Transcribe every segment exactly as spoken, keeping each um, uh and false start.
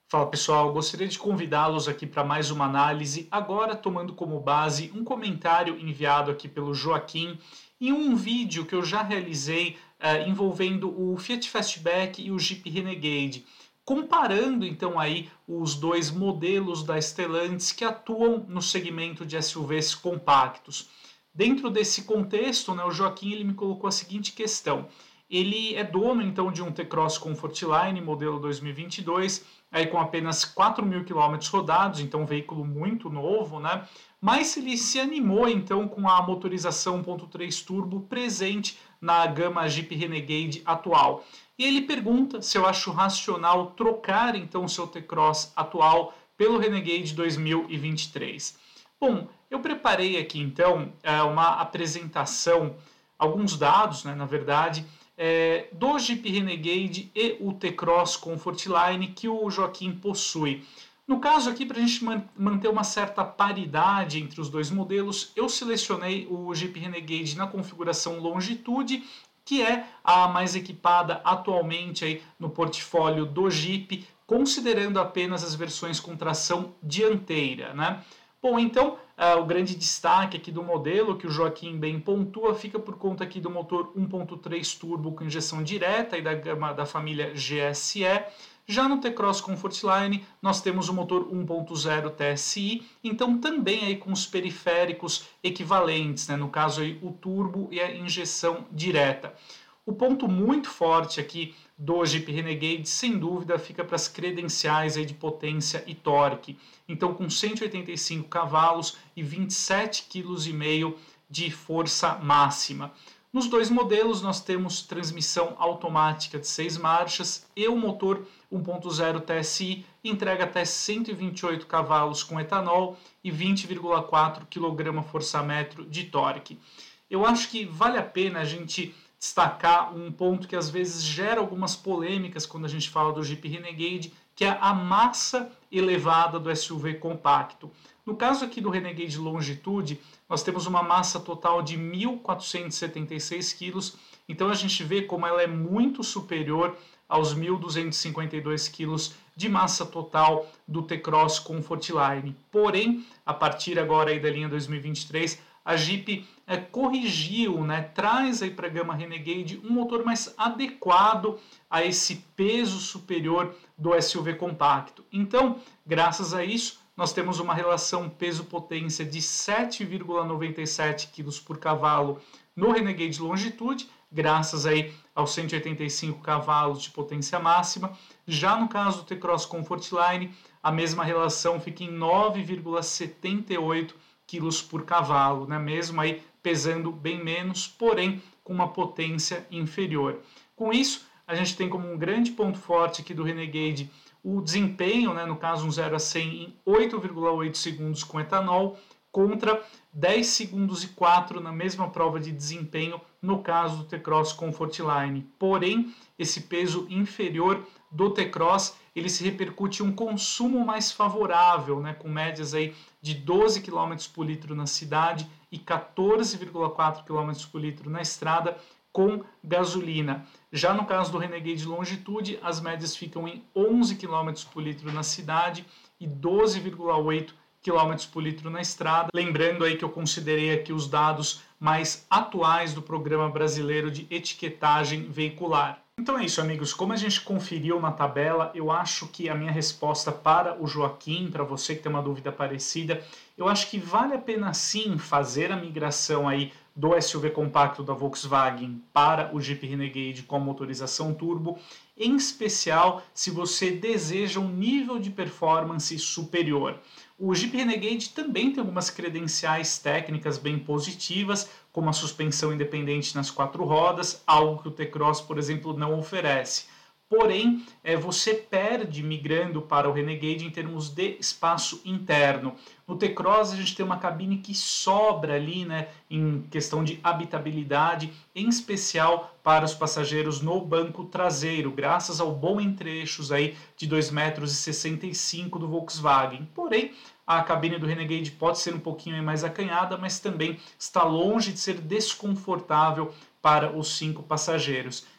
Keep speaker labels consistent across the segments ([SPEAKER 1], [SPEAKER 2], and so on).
[SPEAKER 1] Fala pessoal, gostaria de convidá-los aqui para mais uma análise, agora tomando como base um comentário enviado aqui pelo Joaquim em um vídeo que eu já realizei uh, envolvendo o Fiat Fastback e o Jeep Renegade, comparando então aí os dois modelos da Stellantis que atuam no segmento de S U Vs compactos. Dentro desse contexto, né, o Joaquim ele me colocou a seguinte questão. Ele é dono então de um T-Cross Comfortline modelo dois mil e vinte e dois, aí com apenas quatro mil quilômetros rodados, então um veículo muito novo, né? Mas ele se animou então com a motorização um ponto três turbo presente na gama Jeep Renegade atual. E ele pergunta se eu acho racional trocar então o seu T-Cross atual pelo Renegade dois mil e vinte e três. Bom, eu preparei aqui então uma apresentação, alguns dados, né, na verdade, É, do Jeep Renegade e o T-Cross Comfortline que o Joaquim possui. No caso aqui, para a gente manter uma certa paridade entre os dois modelos, eu selecionei o Jeep Renegade na configuração Longitude, que é a mais equipada atualmente aí no portfólio do Jeep, considerando apenas as versões com tração dianteira, né? Bom, então, uh, o grande destaque aqui do modelo, que o Joaquim bem pontua, fica por conta aqui do motor um ponto três turbo com injeção direta e da gama da família G S E. Já no T-Cross Comfortline, nós temos o motor um ponto zero T S I, então também aí com os periféricos equivalentes, né? No caso aí o turbo e a injeção direta. O ponto muito forte aqui do Jeep Renegade, sem dúvida, fica para as credenciais aí de potência e torque. Então, com cento e oitenta e cinco cavalos e vinte e sete vírgula cinco quilos de força máxima. Nos dois modelos, nós temos transmissão automática de seis marchas e o motor um ponto zero T S I entrega até cento e vinte e oito cavalos com etanol e vinte vírgula quatro quilograma-força-metro de torque. Eu acho que vale a pena a gente destacar um ponto que às vezes gera algumas polêmicas quando a gente fala do Jeep Renegade, que é a massa elevada do S U V compacto. No caso aqui do Renegade Longitude, nós temos uma massa total de mil quatrocentos e setenta e seis quilos, então a gente vê como ela é muito superior aos mil duzentos e cinquenta e dois quilos de massa total do T-Cross Comfortline. Porém, a partir agora aí da linha dois mil e vinte e três, a Jeep é, corrigiu, né, traz aí para a gama Renegade um motor mais adequado a esse peso superior do S U V compacto. Então, graças a isso, nós temos uma relação peso-potência de sete vírgula noventa e sete quilos por cavalo no Renegade Longitude, graças aí aos cento e oitenta e cinco cavalos de potência máxima. Já no caso do T-Cross Comfortline, a mesma relação fica em nove vírgula setenta e oito quilos por cavalo, né? Mesmo aí pesando bem menos, porém com uma potência inferior. Com isso, a gente tem como um grande ponto forte aqui do Renegade o desempenho, né? No caso um zero a cem em oito vírgula oito segundos com etanol, contra dez segundos e quatro na mesma prova de desempenho no caso do T-Cross Comfortline. Porém, esse peso inferior do T-Cross, ele se repercute em um consumo mais favorável, né, com médias aí de doze quilômetros por litro na cidade e quatorze vírgula quatro quilômetros por litro na estrada com gasolina. Já no caso do Renegade Longitude, as médias ficam em onze quilômetros por litro na cidade e doze vírgula oito quilômetros por litro na estrada. Lembrando aí que eu considerei aqui os dados mais atuais do Programa Brasileiro de Etiquetagem Veicular. Então é isso, amigos. Como a gente conferiu na tabela, eu acho que a minha resposta para o Joaquim, para você que tem uma dúvida parecida, eu acho que vale a pena sim fazer a migração aí do S U V compacto da Volkswagen para o Jeep Renegade com motorização turbo, em especial se você deseja um nível de performance superior. O Jeep Renegade também tem algumas credenciais técnicas bem positivas, como a suspensão independente nas quatro rodas, algo que o T-Cross, por exemplo, não oferece. Porém, é, você perde migrando para o Renegade em termos de espaço interno. No T-Cross a gente tem uma cabine que sobra ali, né, em questão de habitabilidade, em especial para os passageiros no banco traseiro, graças ao bom entre-eixos aí de dois metros e sessenta e cinco do Volkswagen. Porém, a cabine do Renegade pode ser um pouquinho mais acanhada, mas também está longe de ser desconfortável para os cinco passageiros.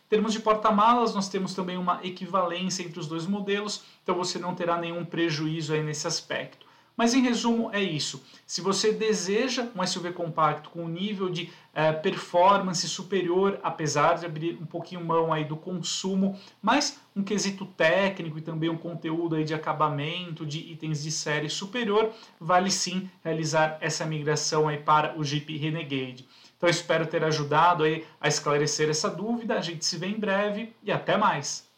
[SPEAKER 1] termos de porta-malas, nós temos também uma equivalência entre os dois modelos, então você não terá nenhum prejuízo aí nesse aspecto. Mas em resumo é isso. Se você deseja um S U V compacto com um nível de eh, performance superior, apesar de abrir um pouquinho mão aí do consumo, mas um quesito técnico e também um conteúdo aí de acabamento, de itens de série superior, vale sim realizar essa migração aí para o Jeep Renegade. Então espero ter ajudado aí a esclarecer essa dúvida. A gente se vê em breve e até mais.